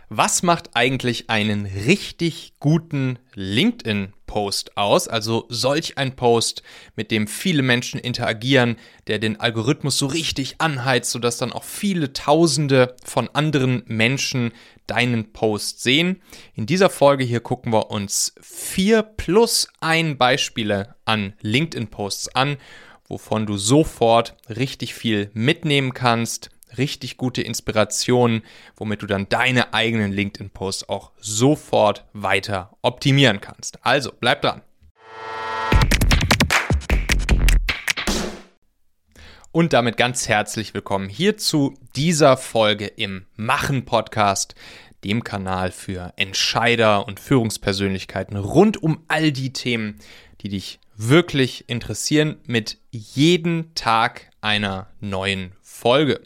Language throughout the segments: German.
Was macht eigentlich einen richtig guten LinkedIn-Post aus? Also solch ein Post, mit dem viele Menschen interagieren, der den Algorithmus so richtig anheizt, sodass dann auch viele Tausende von anderen Menschen deinen Post sehen. In dieser Folge hier gucken wir uns 4 plus 1 Beispiele an LinkedIn-Posts an, wovon du sofort richtig viel mitnehmen kannst. Richtig gute Inspirationen, womit du dann deine eigenen LinkedIn-Posts auch sofort weiter optimieren kannst. Also, bleib dran. Und damit ganz herzlich willkommen hier zu dieser Folge im Machen-Podcast, dem Kanal für Entscheider und Führungspersönlichkeiten rund um all die Themen, die dich wirklich interessieren, mit jedem Tag einer neuen Folge.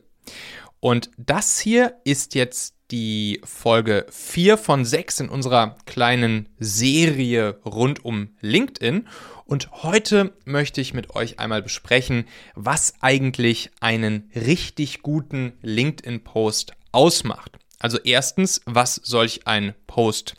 Und das hier ist jetzt die Folge 4 von 6 in unserer kleinen Serie rund um LinkedIn. Und heute möchte ich mit euch einmal besprechen, was eigentlich einen richtig guten LinkedIn-Post ausmacht. Also erstens, was solch ein Post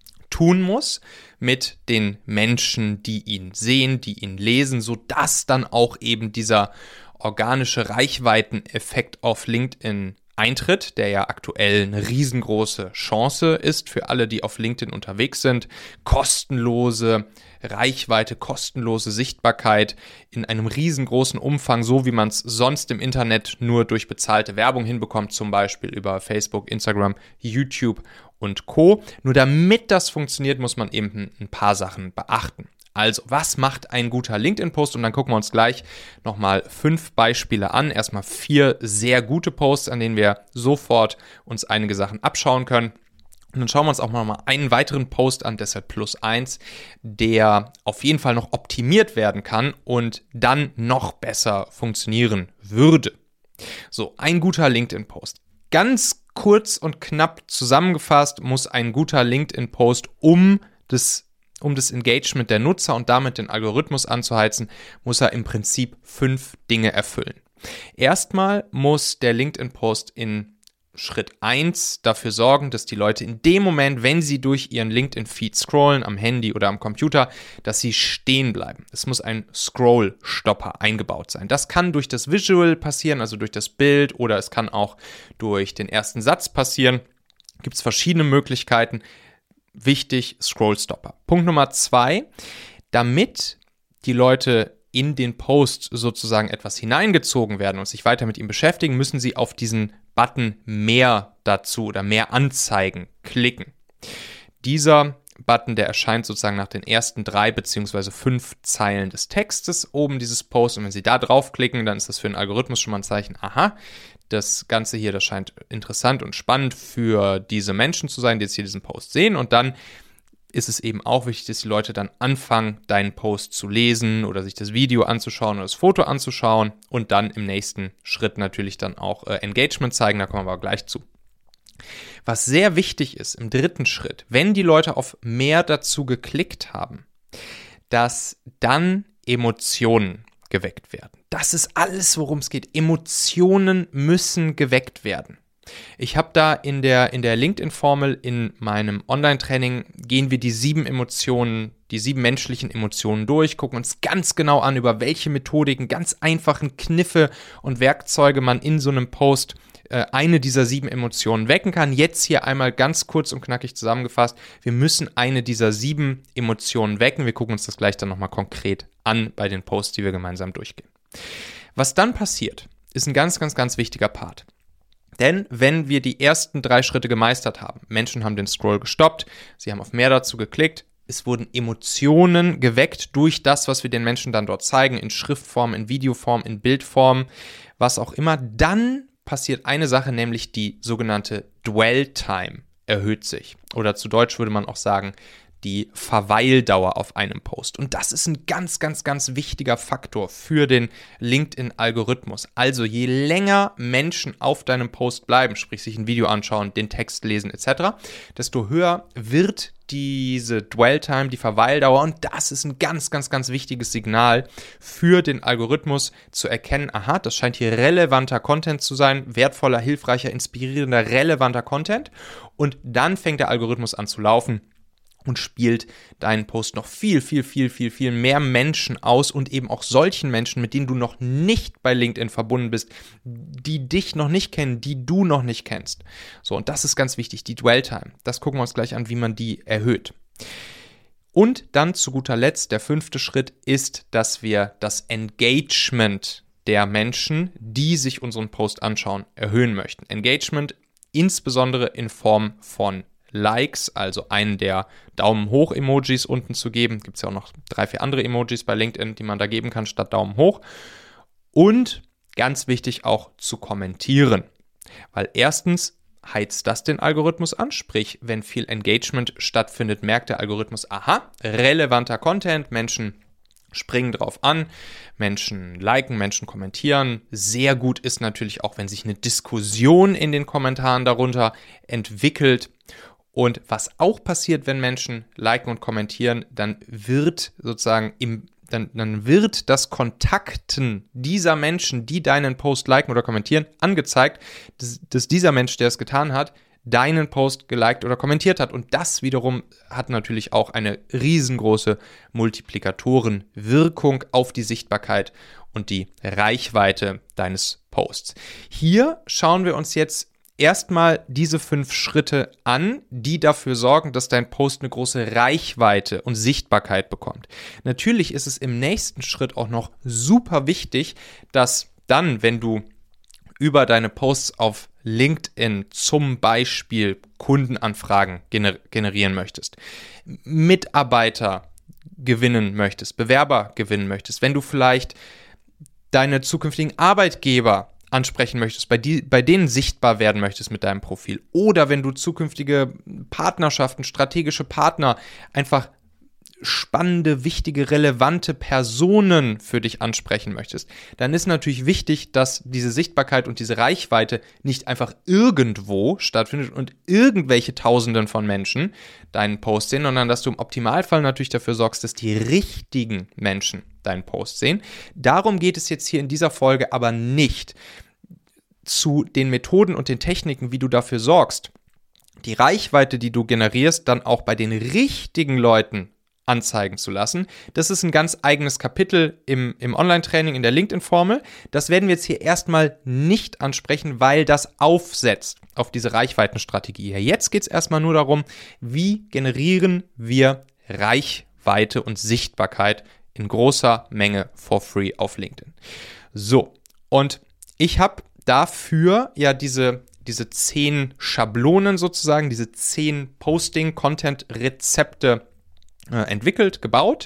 tun muss mit den Menschen, die ihn sehen, die ihn lesen, sodass dann auch eben dieser organische Reichweiteneffekt auf LinkedIn eintritt, der ja aktuell eine riesengroße Chance ist für alle, die auf LinkedIn unterwegs sind. Kostenlose Reichweite, kostenlose Sichtbarkeit in einem riesengroßen Umfang, so wie man es sonst im Internet nur durch bezahlte Werbung hinbekommt, zum Beispiel über Facebook, Instagram, YouTube und Co. Nur damit das funktioniert, muss man eben ein paar Sachen beachten. Also, was macht ein guter LinkedIn-Post? Und dann gucken wir uns gleich nochmal 5 Beispiele an. Erstmal 4 sehr gute Posts, an denen wir sofort uns einige Sachen abschauen können. Und dann schauen wir uns auch nochmal einen weiteren Post an, deshalb plus 1, der auf jeden Fall noch optimiert werden kann und dann noch besser funktionieren würde. So, ein guter LinkedIn-Post. Ganz kurz und knapp zusammengefasst muss ein guter LinkedIn-Post, um das Engagement der Nutzer und damit den Algorithmus anzuheizen, muss er im Prinzip 5 Dinge erfüllen. Erstmal muss der LinkedIn-Post in Schritt 1 dafür sorgen, dass die Leute in dem Moment, wenn sie durch ihren LinkedIn-Feed scrollen, am Handy oder am Computer, dass sie stehen bleiben. Es muss ein Scroll-Stopper eingebaut sein. Das kann durch das Visual passieren, also durch das Bild, oder es kann auch durch den ersten Satz passieren. Gibt es verschiedene Möglichkeiten. Wichtig, Scrollstopper. Punkt Nummer 2, damit die Leute in den Post sozusagen etwas hineingezogen werden und sich weiter mit ihm beschäftigen, müssen sie auf diesen Button mehr dazu oder mehr anzeigen klicken. Dieser Button, der erscheint sozusagen nach den ersten 3 bzw. 5 Zeilen des Textes oben dieses Post, und wenn Sie da draufklicken, dann ist das für den Algorithmus schon mal ein Zeichen, aha, das Ganze hier, das scheint interessant und spannend für diese Menschen zu sein, die jetzt hier diesen Post sehen, und dann ist es eben auch wichtig, dass die Leute dann anfangen, deinen Post zu lesen oder sich das Video anzuschauen oder das Foto anzuschauen und dann im nächsten Schritt natürlich dann auch Engagement zeigen, da kommen wir aber gleich zu. Was sehr wichtig ist im 3. Schritt, wenn die Leute auf mehr dazu geklickt haben, dass dann Emotionen geweckt werden. Das ist alles, worum es geht. Emotionen müssen geweckt werden. Ich habe da in der LinkedIn-Formel in meinem Online-Training, gehen wir die 7 Emotionen, die 7 menschlichen Emotionen durch, gucken uns ganz genau an, über welche Methodiken, ganz einfachen Kniffe und Werkzeuge man in so einem Post eine dieser 7 Emotionen wecken kann. Jetzt hier einmal ganz kurz und knackig zusammengefasst. Wir müssen eine dieser 7 Emotionen wecken. Wir gucken uns das gleich dann nochmal konkret an bei den Posts, die wir gemeinsam durchgehen. Was dann passiert, ist ein ganz, ganz, ganz wichtiger Part. Denn wenn wir die ersten 3 Schritte gemeistert haben, Menschen haben den Scroll gestoppt, sie haben auf mehr dazu geklickt, es wurden Emotionen geweckt durch das, was wir den Menschen dann dort zeigen, in Schriftform, in Videoform, in Bildform, was auch immer, dann passiert eine Sache, nämlich die sogenannte Dwell Time erhöht sich. Oder zu Deutsch würde man auch sagen, die Verweildauer auf einem Post. Und das ist ein ganz, ganz, ganz wichtiger Faktor für den LinkedIn-Algorithmus. Also je länger Menschen auf deinem Post bleiben, sprich sich ein Video anschauen, den Text lesen etc., desto höher wird diese Dwell-Time, die Verweildauer, und das ist ein ganz, ganz, ganz wichtiges Signal für den Algorithmus zu erkennen, aha, das scheint hier relevanter Content zu sein, wertvoller, hilfreicher, inspirierender, relevanter Content, und dann fängt der Algorithmus an zu laufen und spielt deinen Post noch viel, viel, viel, viel, viel mehr Menschen aus und eben auch solchen Menschen, mit denen du noch nicht bei LinkedIn verbunden bist, die dich noch nicht kennen, die du noch nicht kennst. So, und das ist ganz wichtig, die Dwell-Time. Das gucken wir uns gleich an, wie man die erhöht. Und dann zu guter Letzt, der 5. Schritt ist, dass wir das Engagement der Menschen, die sich unseren Post anschauen, erhöhen möchten. Engagement insbesondere in Form von Likes, also einen der Daumen hoch Emojis unten zu geben. Gibt es ja auch noch 3, 4 andere Emojis bei LinkedIn, die man da geben kann statt Daumen hoch. Und ganz wichtig auch zu kommentieren, weil erstens heizt das den Algorithmus an, sprich, wenn viel Engagement stattfindet, merkt der Algorithmus, aha, relevanter Content, Menschen springen drauf an, Menschen liken, Menschen kommentieren. Sehr gut ist natürlich auch, wenn sich eine Diskussion in den Kommentaren darunter entwickelt. Und was auch passiert, wenn Menschen liken und kommentieren, dann wird sozusagen dann wird das Kontakten dieser Menschen, die deinen Post liken oder kommentieren, angezeigt, dass dieser Mensch, der es getan hat, deinen Post geliked oder kommentiert hat. Und das wiederum hat natürlich auch eine riesengroße Multiplikatorenwirkung auf die Sichtbarkeit und die Reichweite deines Posts. Hier schauen wir uns jetzt erstmal diese 5 Schritte an, die dafür sorgen, dass dein Post eine große Reichweite und Sichtbarkeit bekommt. Natürlich ist es im nächsten Schritt auch noch super wichtig, dass dann, wenn du über deine Posts auf LinkedIn zum Beispiel Kundenanfragen generieren möchtest, Mitarbeiter gewinnen möchtest, Bewerber gewinnen möchtest, wenn du vielleicht deine zukünftigen Arbeitgeber ansprechen möchtest, bei denen sichtbar werden möchtest mit deinem Profil, oder wenn du zukünftige Partnerschaften, strategische Partner, einfach spannende, wichtige, relevante Personen für dich ansprechen möchtest, dann ist natürlich wichtig, dass diese Sichtbarkeit und diese Reichweite nicht einfach irgendwo stattfindet und irgendwelche Tausenden von Menschen deinen Post sehen, sondern dass du im Optimalfall natürlich dafür sorgst, dass die richtigen Menschen deinen Post sehen. Darum geht es jetzt hier in dieser Folge aber nicht. Zu den Methoden und den Techniken, wie du dafür sorgst, die Reichweite, die du generierst, dann auch bei den richtigen Leuten anzeigen zu lassen. Das ist ein ganz eigenes Kapitel im Online-Training in der LinkedIn-Formel. Das werden wir jetzt hier erstmal nicht ansprechen, weil das aufsetzt auf diese Reichweitenstrategie. Jetzt geht es erstmal nur darum, wie generieren wir Reichweite und Sichtbarkeit in großer Menge for free auf LinkedIn. So, und ich habe dafür ja diese 10 Schablonen sozusagen, diese 10 Posting-Content-Rezepte entwickelt, gebaut.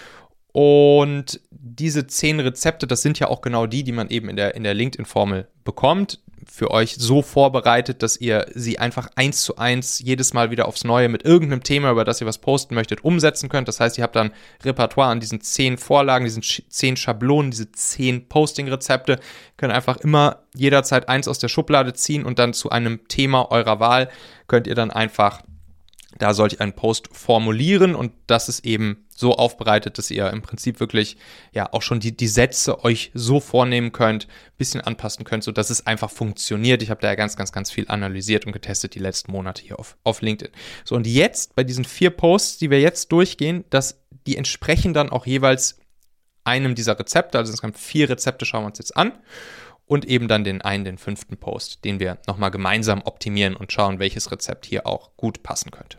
Und diese 10 Rezepte, das sind ja auch genau die man eben in der LinkedIn-Formel bekommt, für euch so vorbereitet, dass ihr sie einfach 1:1 jedes Mal wieder aufs Neue mit irgendeinem Thema, über das ihr was posten möchtet, umsetzen könnt. Das heißt, ihr habt dann Repertoire an diesen 10 Vorlagen, diesen 10 Schablonen, diese 10 Posting-Rezepte, könnt einfach immer jederzeit eins aus der Schublade ziehen und dann zu einem Thema eurer Wahl könnt ihr dann einfach da solch einen Post formulieren, und das ist eben so aufbereitet, dass ihr im Prinzip wirklich ja auch schon die Sätze euch so vornehmen könnt, ein bisschen anpassen könnt, sodass es einfach funktioniert. Ich habe da ja ganz, ganz, ganz viel analysiert und getestet die letzten Monate hier auf LinkedIn. So, und jetzt bei diesen 4 Posts, die wir jetzt durchgehen, die entsprechen dann auch jeweils einem dieser Rezepte, also insgesamt 4 Rezepte schauen wir uns jetzt an. Und eben dann den 5. Post, den wir nochmal gemeinsam optimieren und schauen, welches Rezept hier auch gut passen könnte.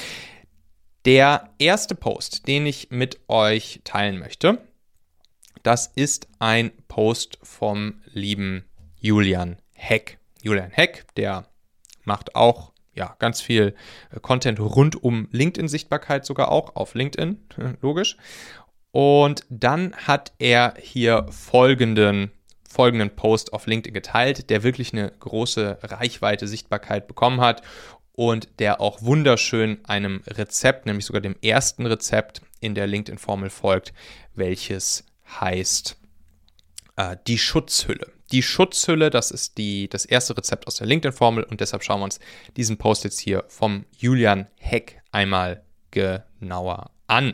Der erste Post, den ich mit euch teilen möchte, das ist ein Post vom lieben Julian Heck. Julian Heck, der macht auch ganz viel Content rund um LinkedIn-Sichtbarkeit, sogar auch auf LinkedIn, logisch. Und dann hat er hier folgenden Post auf LinkedIn geteilt, der wirklich eine große Reichweite, Sichtbarkeit bekommen hat und der auch wunderschön einem Rezept, nämlich sogar dem ersten Rezept in der LinkedIn-Formel folgt, welches heißt die Schutzhülle. Die Schutzhülle, das ist das erste Rezept aus der LinkedIn-Formel und deshalb schauen wir uns diesen Post jetzt hier vom Julian Heck einmal genauer an.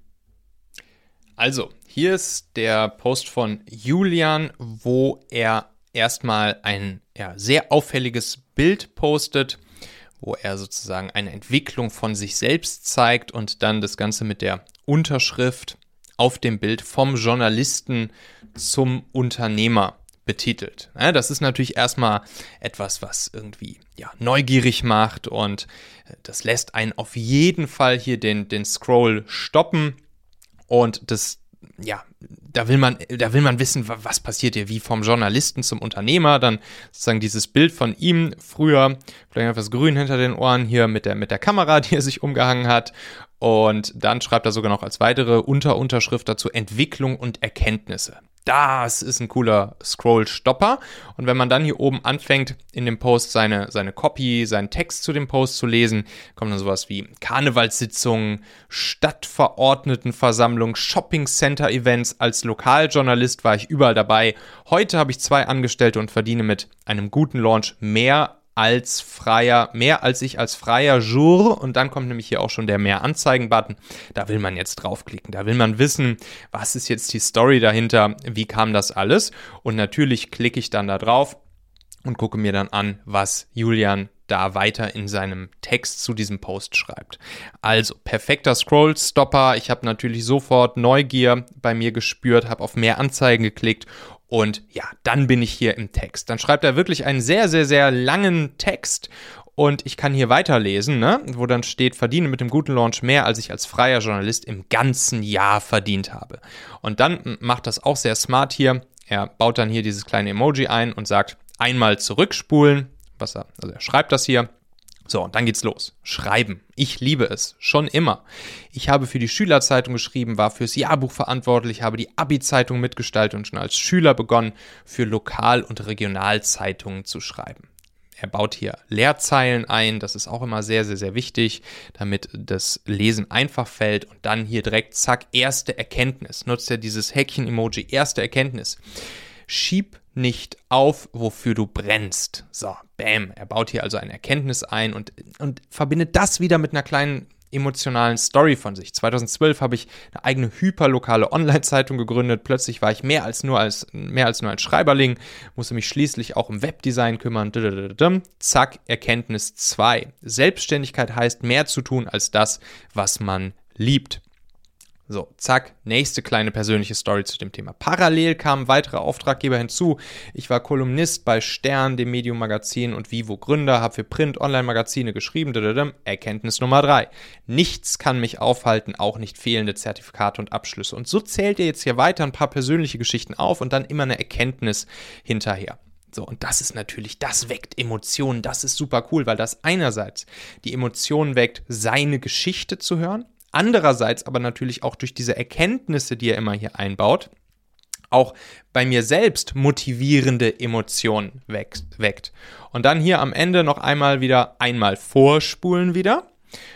Also, hier ist der Post von Julian, wo er erstmal ein sehr auffälliges Bild postet, wo er sozusagen eine Entwicklung von sich selbst zeigt und dann das Ganze mit der Unterschrift auf dem Bild vom Journalisten zum Unternehmer betitelt. Ja, das ist natürlich erstmal etwas, was irgendwie neugierig macht und das lässt einen auf jeden Fall hier den Scroll stoppen und da will man wissen, was passiert hier, wie vom Journalisten zum Unternehmer, dann sozusagen dieses Bild von ihm früher, vielleicht etwas grün hinter den Ohren hier mit der Kamera, die er sich umgehangen hat und dann schreibt er sogar noch als weitere Unterschrift dazu Entwicklung und Erkenntnisse. Das ist ein cooler Scroll-Stopper und wenn man dann hier oben anfängt, in dem Post seine Copy, seinen Text zu dem Post zu lesen, kommt dann sowas wie Karnevalssitzungen, Stadtverordnetenversammlung, Shopping-Center-Events. Als Lokaljournalist war ich überall dabei. Heute habe ich 2 Angestellte und verdiene mit einem guten Launch mehr als ich als freier Jour, und dann kommt nämlich hier auch schon der Mehr-Anzeigen-Button. Da will man jetzt draufklicken, da will man wissen, was ist jetzt die Story dahinter, wie kam das alles, und natürlich klicke ich dann da drauf und gucke mir dann an, was Julian da weiter in seinem Text zu diesem Post schreibt. Also, perfekter Scroll-Stopper, ich habe natürlich sofort Neugier bei mir gespürt, habe auf mehr Anzeigen geklickt und dann bin ich hier im Text. Dann schreibt er wirklich einen sehr, sehr, sehr langen Text und ich kann hier weiterlesen, wo dann steht, verdiene mit dem guten Launch mehr, als ich als freier Journalist im ganzen Jahr verdient habe. Und dann macht das auch sehr smart hier. Er baut dann hier dieses kleine Emoji ein und sagt, einmal zurückspulen, er schreibt das hier. So, und dann geht's los. Schreiben. Ich liebe es. Schon immer. Ich habe für die Schülerzeitung geschrieben, war fürs Jahrbuch verantwortlich, habe die Abi-Zeitung mitgestaltet und schon als Schüler begonnen, für Lokal- und Regionalzeitungen zu schreiben. Er baut hier Leerzeilen ein. Das ist auch immer sehr, sehr, sehr wichtig, damit das Lesen einfach fällt. Und dann hier direkt, zack, erste Erkenntnis. Nutzt er dieses Häkchen-Emoji, erste Erkenntnis. Schieb nicht auf, wofür du brennst. So, bam. Er baut hier also eine Erkenntnis ein und verbindet das wieder mit einer kleinen emotionalen Story von sich. 2012 habe ich eine eigene hyperlokale Online-Zeitung gegründet. Plötzlich war ich mehr als nur als Schreiberling, musste mich schließlich auch um Webdesign kümmern. Zack, Erkenntnis 2. Selbstständigkeit heißt, mehr zu tun als das, was man liebt. So, zack, nächste kleine persönliche Story zu dem Thema. Parallel kamen weitere Auftraggeber hinzu. Ich war Kolumnist bei Stern, dem Medium-Magazin, und Vivo Gründer, habe für Print-Online-Magazine geschrieben. Erkenntnis Nummer 3. Nichts kann mich aufhalten, auch nicht fehlende Zertifikate und Abschlüsse. Und so zählt ihr jetzt hier weiter ein paar persönliche Geschichten auf und dann immer eine Erkenntnis hinterher. So, und das weckt Emotionen, das ist super cool, weil das einerseits die Emotionen weckt, seine Geschichte zu hören, andererseits aber natürlich auch durch diese Erkenntnisse, die er immer hier einbaut, auch bei mir selbst motivierende Emotionen weckt. Und dann hier am Ende noch einmal vorspulen wieder.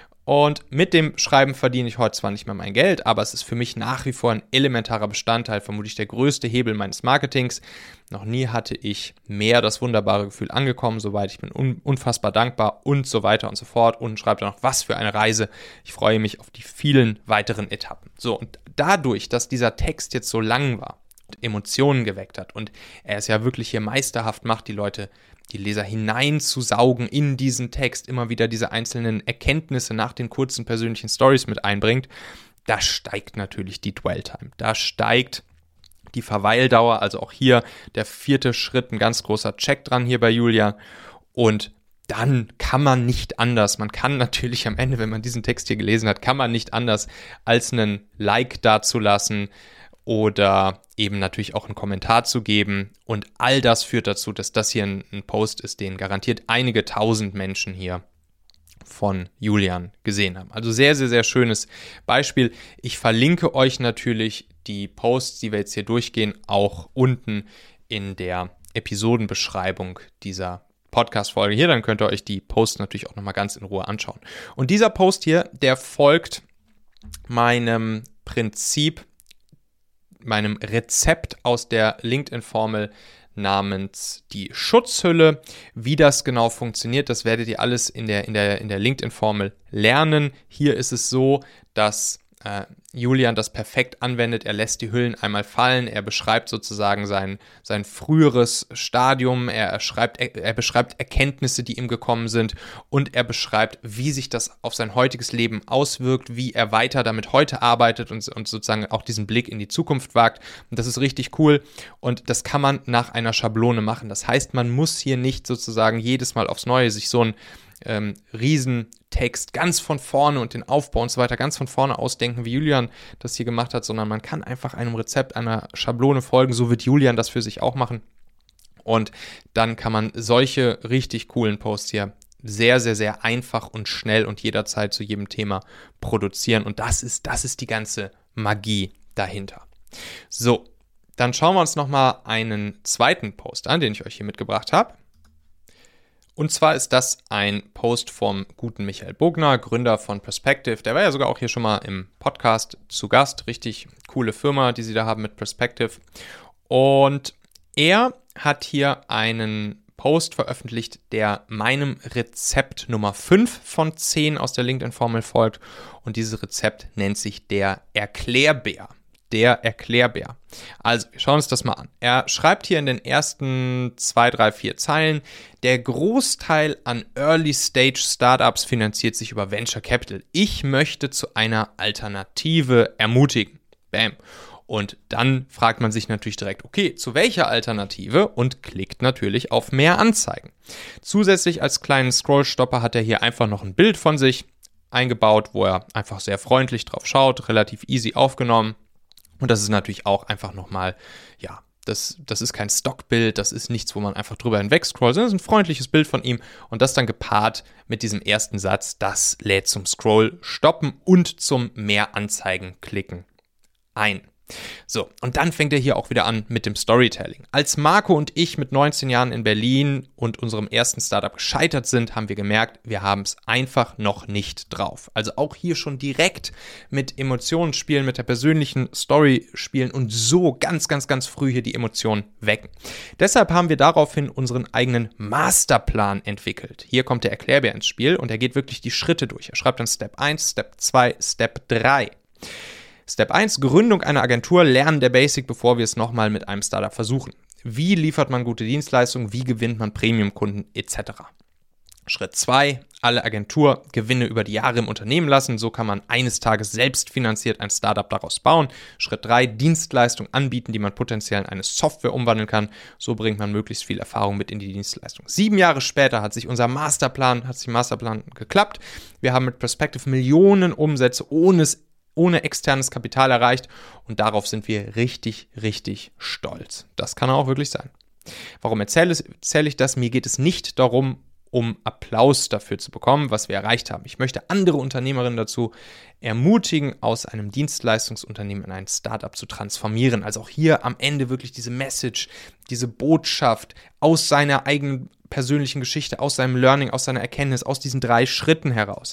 Und mit dem Schreiben verdiene ich heute zwar nicht mehr mein Geld, aber es ist für mich nach wie vor ein elementarer Bestandteil, vermutlich der größte Hebel meines Marketings. Noch nie hatte ich mehr das wunderbare Gefühl angekommen, soweit ich bin unfassbar dankbar und so weiter und so fort. Und schreibt dann noch, was für eine Reise. Ich freue mich auf die vielen weiteren Etappen. So, und dadurch, dass dieser Text jetzt so lang war und Emotionen geweckt hat und er es ja wirklich hier meisterhaft macht, die Leser hineinzusaugen in diesen Text, immer wieder diese einzelnen Erkenntnisse nach den kurzen persönlichen Stories mit einbringt, da steigt natürlich die Dwell-Time. Da steigt die Verweildauer, also auch hier der 4. Schritt, ein ganz großer Check dran hier bei Julian. Und dann kann man nicht anders. Man kann natürlich am Ende, wenn man diesen Text hier gelesen hat, kann man nicht anders, als einen Like dazulassen oder eben natürlich auch einen Kommentar zu geben. Und all das führt dazu, dass das hier ein Post ist, den garantiert einige tausend Menschen hier von Julian gesehen haben. Also sehr, sehr, sehr schönes Beispiel. Ich verlinke euch natürlich die Posts, die wir jetzt hier durchgehen, auch unten in der Episodenbeschreibung dieser Podcast-Folge hier, dann könnt ihr euch die Posts natürlich auch nochmal ganz in Ruhe anschauen. Und dieser Post hier, der folgt meinem Rezept aus der LinkedIn-Formel namens die Schutzhülle. Wie das genau funktioniert, das werdet ihr alles in der LinkedIn-Formel lernen. Hier ist es so, dass Julian das perfekt anwendet. Er lässt die Hüllen einmal fallen. Er beschreibt sozusagen sein früheres Stadium. Er beschreibt Erkenntnisse, die ihm gekommen sind. Und er beschreibt, wie sich das auf sein heutiges Leben auswirkt, wie er weiter damit heute arbeitet und sozusagen auch diesen Blick in die Zukunft wagt. Und das ist richtig cool. Und das kann man nach einer Schablone machen. Das heißt, man muss hier nicht sozusagen jedes Mal aufs Neue sich so ein Riesentext ganz von vorne und den Aufbau und so weiter ganz von vorne ausdenken, wie Julian das hier gemacht hat, sondern man kann einfach einem Rezept, einer Schablone folgen. So wird Julian das für sich auch machen. Und dann kann man solche richtig coolen Posts hier sehr, sehr, sehr einfach und schnell und jederzeit zu jedem Thema produzieren. Und das ist die ganze Magie dahinter. So, dann schauen wir uns nochmal einen zweiten Post an, den ich euch hier mitgebracht habe. Und zwar ist das ein Post vom guten Michael Bogner, Gründer von Perspective. Der war ja sogar auch hier schon mal im Podcast zu Gast. Richtig coole Firma, die sie da haben mit Perspective. Und er hat hier einen Post veröffentlicht, der meinem Rezept Nummer 5 von 10 aus der LinkedIn-Formel folgt. Und dieses Rezept nennt sich der Erklärbär. Der Erklärbär. Also, wir schauen uns das mal an. Er schreibt hier in den ersten 2, 3, 4 Zeilen, der Großteil an Early-Stage-Startups finanziert sich über Venture Capital. Ich möchte zu einer Alternative ermutigen. Bam. Und dann fragt man sich natürlich direkt, okay, zu welcher Alternative? Und klickt natürlich auf mehr Anzeigen. Zusätzlich als kleinen Scrollstopper hat er hier einfach noch ein Bild von sich eingebaut, wo er einfach sehr freundlich drauf schaut, relativ easy aufgenommen. Und das ist natürlich auch einfach nochmal, ja, das ist kein Stockbild, das ist nichts, wo man einfach drüber hinweg scrollt, sondern das ist ein freundliches Bild von ihm und das dann gepaart mit diesem ersten Satz, das lädt zum Scroll stoppen und zum mehr Anzeigen klicken ein. So, und dann fängt er hier auch wieder an mit dem Storytelling. Als Marco und ich mit 19 Jahren in Berlin und unserem ersten Startup gescheitert sind, haben wir gemerkt, wir haben es einfach noch nicht drauf. Also auch hier schon direkt mit Emotionen spielen, mit der persönlichen Story spielen und so ganz, ganz, ganz früh hier die Emotionen wecken. Deshalb haben wir daraufhin unseren eigenen Masterplan entwickelt. Hier kommt der Erklärbär ins Spiel und er geht wirklich die Schritte durch. Er schreibt dann Step 1, Step 2, Step 3. Step 1, Gründung einer Agentur, Lernen der Basic, bevor wir es nochmal mit einem Startup versuchen. Wie liefert man gute Dienstleistungen, wie gewinnt man Premium-Kunden etc. Schritt 2, alle Agenturgewinne über die Jahre im Unternehmen lassen, so kann man eines Tages selbst finanziert ein Startup daraus bauen. Schritt 3, Dienstleistungen anbieten, die man potenziell in eine Software umwandeln kann, so bringt man möglichst viel Erfahrung mit in die Dienstleistung. 7 Jahre später hat sich unser Masterplan geklappt. Wir haben mit Perspective Millionen Umsätze ohne externes Kapital erreicht und darauf sind wir richtig, richtig stolz. Das kann auch wirklich sein. Warum erzähle ich das? Mir geht es nicht darum, um Applaus dafür zu bekommen, was wir erreicht haben. Ich möchte andere Unternehmerinnen dazu ermutigen, aus einem Dienstleistungsunternehmen in ein Startup zu transformieren. Also auch hier am Ende wirklich diese Message, diese Botschaft aus seiner eigenen persönlichen Geschichte, aus seinem Learning, aus seiner Erkenntnis, aus diesen 3 Schritten heraus.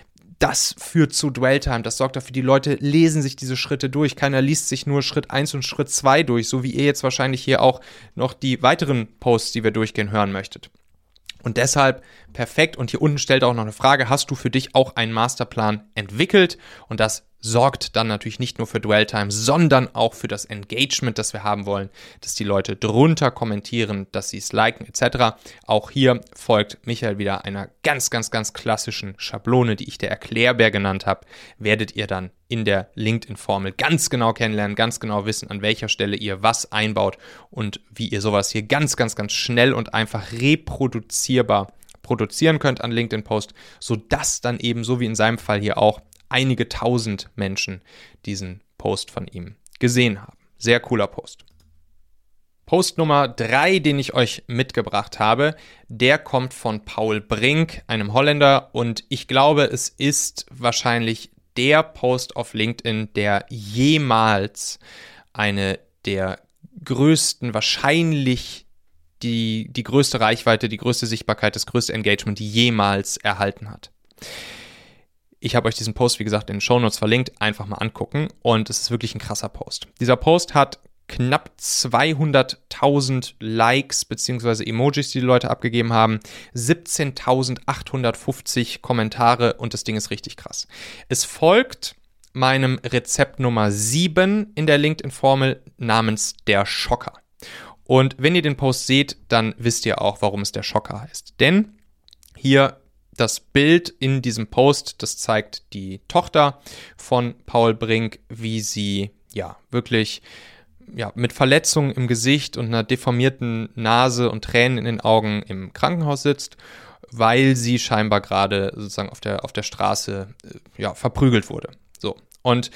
Das führt zu Dwell-Time, das sorgt dafür, die Leute lesen sich diese Schritte durch. Keiner liest sich nur Schritt 1 und Schritt 2 durch, so wie ihr jetzt wahrscheinlich hier auch noch die weiteren Posts, die wir durchgehen, hören möchtet. Und deshalb perfekt. Und hier unten stellt auch noch eine Frage, hast du für dich auch einen Masterplan entwickelt? Und das sorgt dann natürlich nicht nur für Dwell-Time, sondern auch für das Engagement, das wir haben wollen, dass die Leute drunter kommentieren, dass sie es liken etc. Auch hier folgt Michael wieder einer ganz, ganz, ganz klassischen Schablone, die ich der Erklärbär genannt habe, werdet ihr dann in der LinkedIn-Formel ganz genau kennenlernen, ganz genau wissen, an welcher Stelle ihr was einbaut und wie ihr sowas hier ganz, ganz, ganz schnell und einfach reproduzierbar produzieren könnt an LinkedIn-Post, sodass dann eben, so wie in seinem Fall hier auch, einige tausend Menschen diesen Post von ihm gesehen haben. Sehr cooler Post. Post Nummer 3, den ich euch mitgebracht habe, der kommt von Paul Brink, einem Holländer, und ich glaube, es ist wahrscheinlich der Post auf LinkedIn, der jemals eine der größten, wahrscheinlich die größte Reichweite, die größte Sichtbarkeit, das größte Engagement jemals erhalten hat. Ich habe euch diesen Post, wie gesagt, in den Shownotes verlinkt, einfach mal angucken und es ist wirklich ein krasser Post. Dieser Post hat knapp 200.000 Likes bzw. Emojis, die Leute abgegeben haben, 17.850 Kommentare und das Ding ist richtig krass. Es folgt meinem Rezept Nummer 7 in der LinkedIn-Formel namens der Schocker. Und wenn ihr den Post seht, dann wisst ihr auch, warum es der Schocker heißt. Denn hier das Bild in diesem Post, das zeigt die Tochter von Paul Brink, wie sie wirklich mit Verletzungen im Gesicht und einer deformierten Nase und Tränen in den Augen im Krankenhaus sitzt, weil sie scheinbar gerade sozusagen auf der Straße verprügelt wurde. So. Und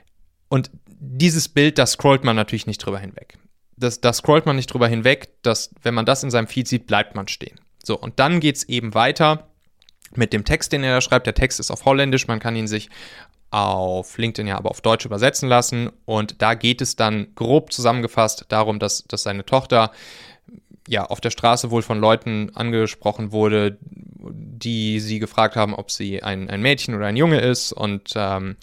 dieses Bild, da scrollt man natürlich nicht drüber hinweg. Da scrollt man nicht drüber hinweg, dass, wenn man das in seinem Feed sieht, bleibt man stehen. So, und dann geht es eben weiter mit dem Text, den er da schreibt. Der Text ist auf Holländisch, man kann ihn sich auf LinkedIn aber auf Deutsch übersetzen lassen. Und da geht es dann grob zusammengefasst darum, dass seine Tochter auf der Straße wohl von Leuten angesprochen wurde, die sie gefragt haben, ob sie ein Mädchen oder ein Junge ist. Und dann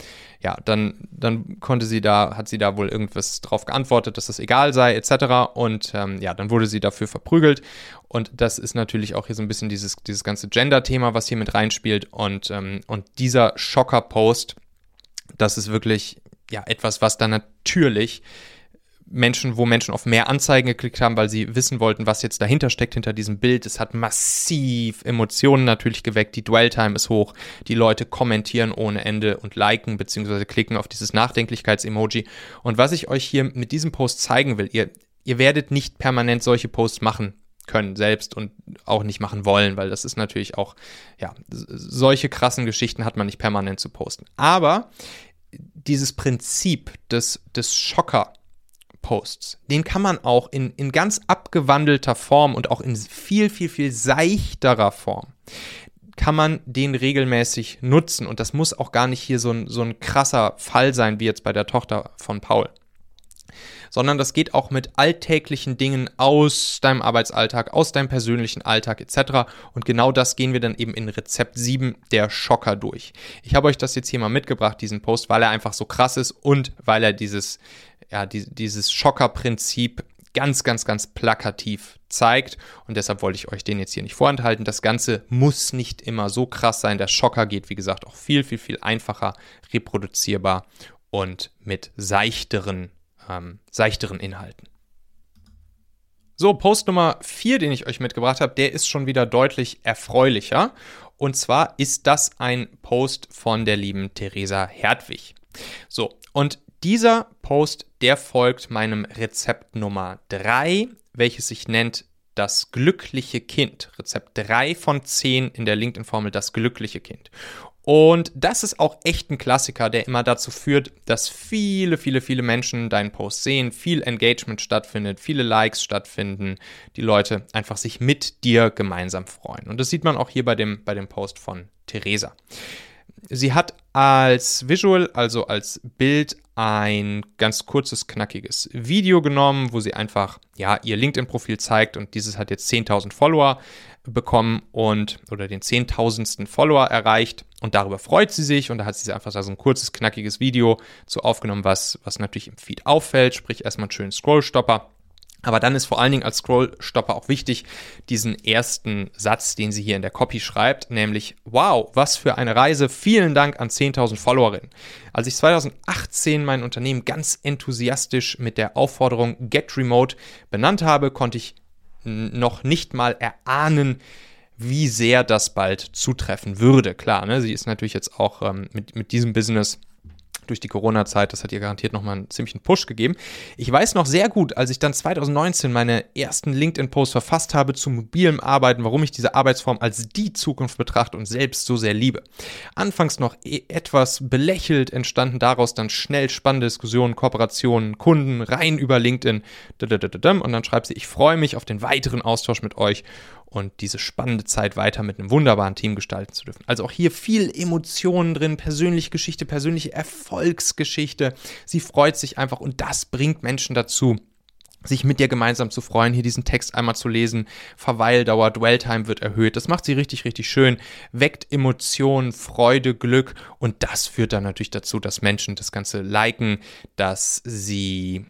hat sie da wohl irgendwas drauf geantwortet, dass das egal sei, etc. Und dann wurde sie dafür verprügelt. Und das ist natürlich auch hier so ein bisschen dieses ganze Gender-Thema, was hier mit reinspielt. Und dieser Schocker-Post, das ist wirklich etwas, was dann natürlich wo Menschen auf mehr Anzeigen geklickt haben, weil sie wissen wollten, was jetzt dahinter steckt, hinter diesem Bild. Es hat massiv Emotionen natürlich geweckt, die Dwell-Time ist hoch, die Leute kommentieren ohne Ende und liken bzw. klicken auf dieses Nachdenklichkeits-Emoji. Und was ich euch hier mit diesem Post zeigen will, ihr werdet nicht permanent solche Posts machen können selbst und auch nicht machen wollen, weil das ist natürlich auch, solche krassen Geschichten hat man nicht permanent zu posten. Aber dieses Prinzip des Schocker Posts, den kann man auch in ganz abgewandelter Form und auch in viel, viel, viel seichterer Form, kann man den regelmäßig nutzen. Und das muss auch gar nicht hier so ein krasser Fall sein, wie jetzt bei der Tochter von Paul. Sondern das geht auch mit alltäglichen Dingen aus deinem Arbeitsalltag, aus deinem persönlichen Alltag etc. Und genau das gehen wir dann eben in Rezept 7 der Schocker durch. Ich habe euch das jetzt hier mal mitgebracht, diesen Post, weil er einfach so krass ist und weil er dieses Schocker-Prinzip ganz, ganz, ganz plakativ zeigt. Und deshalb wollte ich euch den jetzt hier nicht vorenthalten. Das Ganze muss nicht immer so krass sein. Der Schocker geht, wie gesagt, auch viel, viel, viel einfacher, reproduzierbar und mit seichteren Inhalten. So, Post Nummer 4, den ich euch mitgebracht habe, der ist schon wieder deutlich erfreulicher. Und zwar ist das ein Post von der lieben Theresa Hertwig. So, und dieser Post, der folgt meinem Rezept Nummer 3, welches sich nennt das glückliche Kind. Rezept 3 von 10 in der LinkedIn-Formel, das glückliche Kind. Und das ist auch echt ein Klassiker, der immer dazu führt, dass viele, viele, viele Menschen deinen Post sehen, viel Engagement stattfindet, viele Likes stattfinden, die Leute einfach sich mit dir gemeinsam freuen. Und das sieht man auch hier bei dem Post von Theresa. Sie hat als Visual, also als Bild, ein ganz kurzes, knackiges Video genommen, wo sie einfach ihr LinkedIn-Profil zeigt und dieses hat jetzt 10.000 Follower bekommen oder den 10.000. Follower erreicht und darüber freut sie sich und da hat sie einfach so ein kurzes, knackiges Video zu aufgenommen, was natürlich im Feed auffällt, sprich erstmal einen schönen Scrollstopper. Aber dann ist vor allen Dingen als Scrollstopper auch wichtig, diesen ersten Satz, den sie hier in der Copy schreibt, nämlich, wow, was für eine Reise, vielen Dank an 10.000 Followerinnen. Als ich 2018 mein Unternehmen ganz enthusiastisch mit der Aufforderung Get Remote benannt habe, konnte ich noch nicht mal erahnen, wie sehr das bald zutreffen würde. Klar, ne? Sie ist natürlich jetzt auch mit diesem Business durch die Corona-Zeit, das hat ihr garantiert nochmal einen ziemlichen Push gegeben. Ich weiß noch sehr gut, als ich dann 2019 meine ersten LinkedIn-Posts verfasst habe zu mobilem Arbeiten, warum ich diese Arbeitsform als die Zukunft betrachte und selbst so sehr liebe. Anfangs noch etwas belächelt, entstanden daraus dann schnell spannende Diskussionen, Kooperationen, Kunden, rein über LinkedIn. Und dann schreibt sie, ich freue mich auf den weiteren Austausch mit euch und diese spannende Zeit weiter mit einem wunderbaren Team gestalten zu dürfen. Also auch hier viel Emotionen drin, persönliche Geschichte, persönliche Erfolgsgeschichte. Sie freut sich einfach und das bringt Menschen dazu, sich mit dir gemeinsam zu freuen, hier diesen Text einmal zu lesen. Verweildauer, Dwelltime wird erhöht. Das macht sie richtig, richtig schön, weckt Emotionen, Freude, Glück und das führt dann natürlich dazu, dass Menschen das Ganze liken, dass sie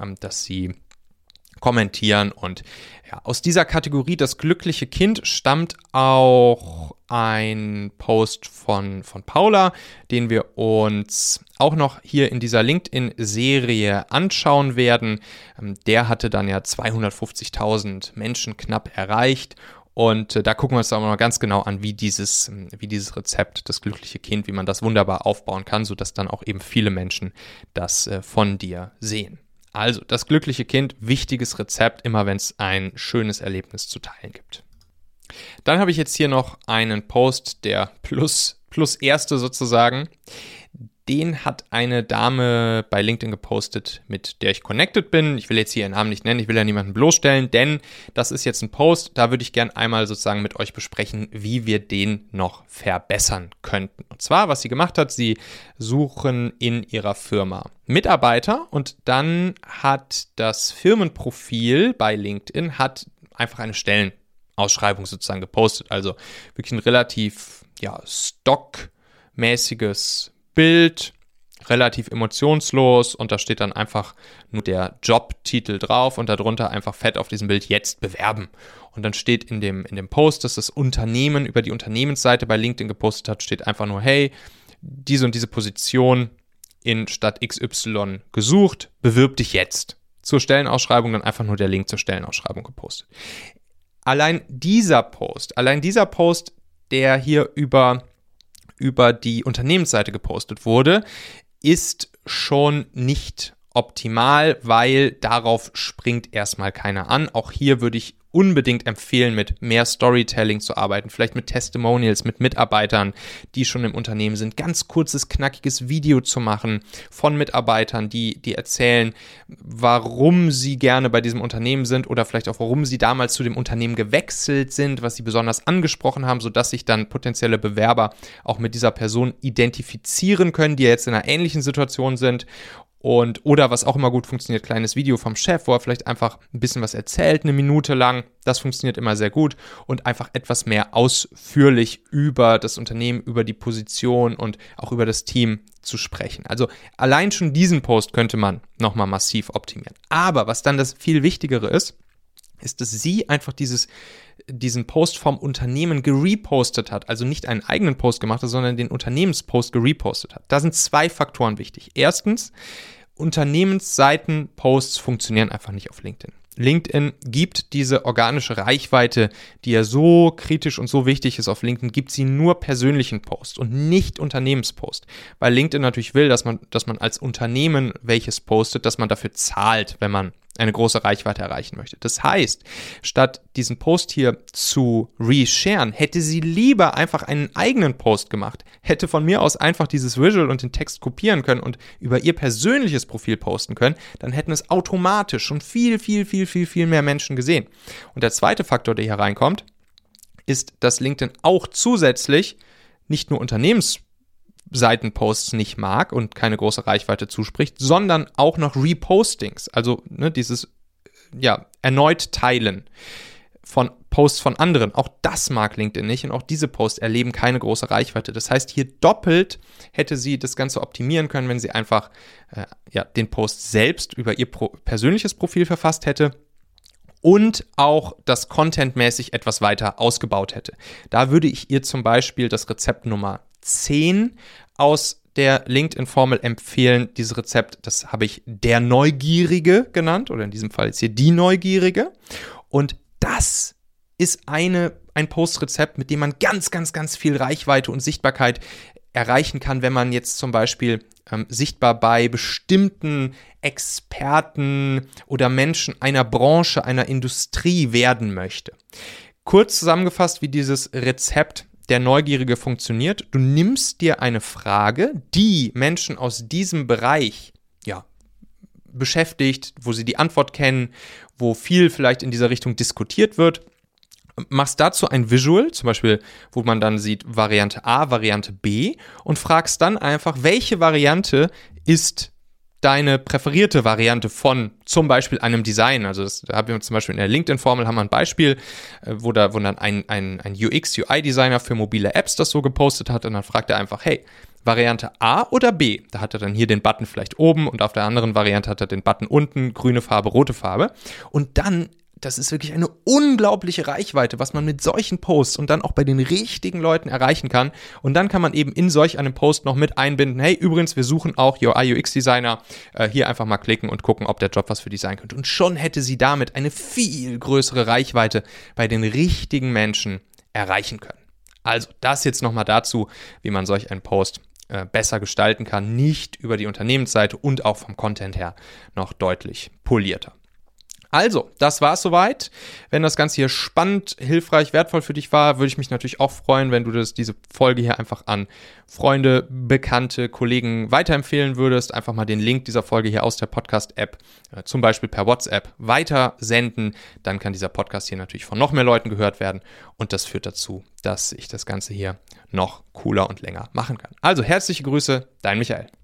kommentieren und ja, aus dieser Kategorie das glückliche Kind stammt auch ein Post von Paula, den wir uns auch noch hier in dieser LinkedIn-Serie anschauen werden. Der hatte dann ja 250.000 Menschen knapp erreicht und da gucken wir uns auch noch ganz genau an, wie dieses Rezept, das glückliche Kind, wie man das wunderbar aufbauen kann, sodass dann auch eben viele Menschen das von dir sehen. Also, das glückliche Kind, wichtiges Rezept, immer wenn es ein schönes Erlebnis zu teilen gibt. Dann habe ich jetzt hier noch einen Post, der plus erste sozusagen. Den hat eine Dame bei LinkedIn gepostet, mit der ich connected bin. Ich will jetzt hier ihren Namen nicht nennen, ich will ja niemanden bloßstellen, denn das ist jetzt ein Post, da würde ich gerne einmal sozusagen mit euch besprechen, wie wir den noch verbessern könnten. Und zwar, was sie gemacht hat, sie suchen in ihrer Firma Mitarbeiter und dann hat das Firmenprofil bei LinkedIn einfach eine Stellenausschreibung sozusagen gepostet. Also wirklich ein relativ stockmäßiges Bild, relativ emotionslos und da steht dann einfach nur der Jobtitel drauf und darunter einfach fett auf diesem Bild jetzt bewerben. Und dann steht in dem Post, dass das Unternehmen über die Unternehmensseite bei LinkedIn gepostet hat, steht einfach nur, hey, diese und diese Position in Stadt XY gesucht, bewirb dich jetzt. Zur Stellenausschreibung dann einfach nur der Link zur Stellenausschreibung gepostet. Allein dieser Post, der hier über die Unternehmensseite gepostet wurde, ist schon nicht optimal, weil darauf springt erstmal keiner an. Auch hier würde ich unbedingt empfehlen, mit mehr Storytelling zu arbeiten, vielleicht mit Testimonials, mit Mitarbeitern, die schon im Unternehmen sind, ganz kurzes, knackiges Video zu machen von Mitarbeitern, die erzählen, warum sie gerne bei diesem Unternehmen sind oder vielleicht auch, warum sie damals zu dem Unternehmen gewechselt sind, was sie besonders angesprochen haben, sodass sich dann potenzielle Bewerber auch mit dieser Person identifizieren können, die jetzt in einer ähnlichen Situation sind. Oder was auch immer gut funktioniert, kleines Video vom Chef, wo er vielleicht einfach ein bisschen was erzählt, eine Minute lang. Das funktioniert immer sehr gut. Und einfach etwas mehr ausführlich über das Unternehmen, über die Position und auch über das Team zu sprechen. Also allein schon diesen Post könnte man nochmal massiv optimieren. Aber was dann das viel Wichtigere ist, dass sie einfach diesen Post vom Unternehmen gerepostet hat, also nicht einen eigenen Post gemacht hat, sondern den Unternehmenspost gerepostet hat. Da sind 2 Faktoren wichtig. Erstens, Unternehmensseiten-Posts funktionieren einfach nicht auf LinkedIn. LinkedIn gibt diese organische Reichweite, die ja so kritisch und so wichtig ist auf LinkedIn, gibt sie nur persönlichen Posts und nicht Unternehmenspost. Weil LinkedIn natürlich will, dass man als Unternehmen welches postet, dass man dafür zahlt, wenn man eine große Reichweite erreichen möchte. Das heißt, statt diesen Post hier zu resharen, hätte sie lieber einfach einen eigenen Post gemacht, hätte von mir aus einfach dieses Visual und den Text kopieren können und über ihr persönliches Profil posten können, dann hätten es automatisch schon viel, viel, viel, viel, viel mehr Menschen gesehen. Und der zweite Faktor, der hier reinkommt, ist, dass LinkedIn auch zusätzlich nicht nur Unternehmensseitenposts nicht mag und keine große Reichweite zuspricht, sondern auch noch Repostings, also dieses erneut Teilen von Posts von anderen. Auch das mag LinkedIn nicht und auch diese Posts erleben keine große Reichweite. Das heißt, hier doppelt hätte sie das Ganze optimieren können, wenn sie einfach den Post selbst über ihr persönliches Profil verfasst hätte und auch das contentmäßig etwas weiter ausgebaut hätte. Da würde ich ihr zum Beispiel das Rezept Nummer 10 aus der LinkedIn-Formel empfehlen. Dieses Rezept, das habe ich der Neugierige genannt oder in diesem Fall jetzt hier die Neugierige. Und das ist ein Postrezept, mit dem man ganz, ganz, ganz viel Reichweite und Sichtbarkeit erreichen kann, wenn man jetzt zum Beispiel sichtbar bei bestimmten Experten oder Menschen einer Branche, einer Industrie werden möchte. Kurz zusammengefasst, wie dieses Rezept der Neugierige funktioniert. Du nimmst dir eine Frage, die Menschen aus diesem Bereich beschäftigt, wo sie die Antwort kennen, wo viel vielleicht in dieser Richtung diskutiert wird, machst dazu ein Visual, zum Beispiel, wo man dann sieht Variante A, Variante B und fragst dann einfach, welche Variante ist deine präferierte Variante von zum Beispiel einem Design? Also da haben wir zum Beispiel in der LinkedIn-Formel haben wir ein Beispiel, wo dann ein UX-UI-Designer für mobile Apps das so gepostet hat und dann fragt er einfach, hey, Variante A oder B? Da hat er dann hier den Button vielleicht oben und auf der anderen Variante hat er den Button unten, grüne Farbe, rote Farbe. Und dann, das ist wirklich eine unglaubliche Reichweite, was man mit solchen Posts und dann auch bei den richtigen Leuten erreichen kann. Und dann kann man eben in solch einem Post noch mit einbinden, hey, übrigens, wir suchen auch UI-UX-Designer. Hier einfach mal klicken und gucken, ob der Job was für dich sein könnte. Und schon hätte sie damit eine viel größere Reichweite bei den richtigen Menschen erreichen können. Also das jetzt nochmal dazu, wie man solch einen Post besser gestalten kann, nicht über die Unternehmensseite und auch vom Content her noch deutlich polierter. Also, das war's soweit. Wenn das Ganze hier spannend, hilfreich, wertvoll für dich war, würde ich mich natürlich auch freuen, wenn du diese Folge hier einfach an Freunde, Bekannte, Kollegen weiterempfehlen würdest. Einfach mal den Link dieser Folge hier aus der Podcast-App, zum Beispiel per WhatsApp, weiter senden. Dann kann dieser Podcast hier natürlich von noch mehr Leuten gehört werden. Und das führt dazu, dass ich das Ganze hier noch cooler und länger machen kann. Also, herzliche Grüße, dein Michael.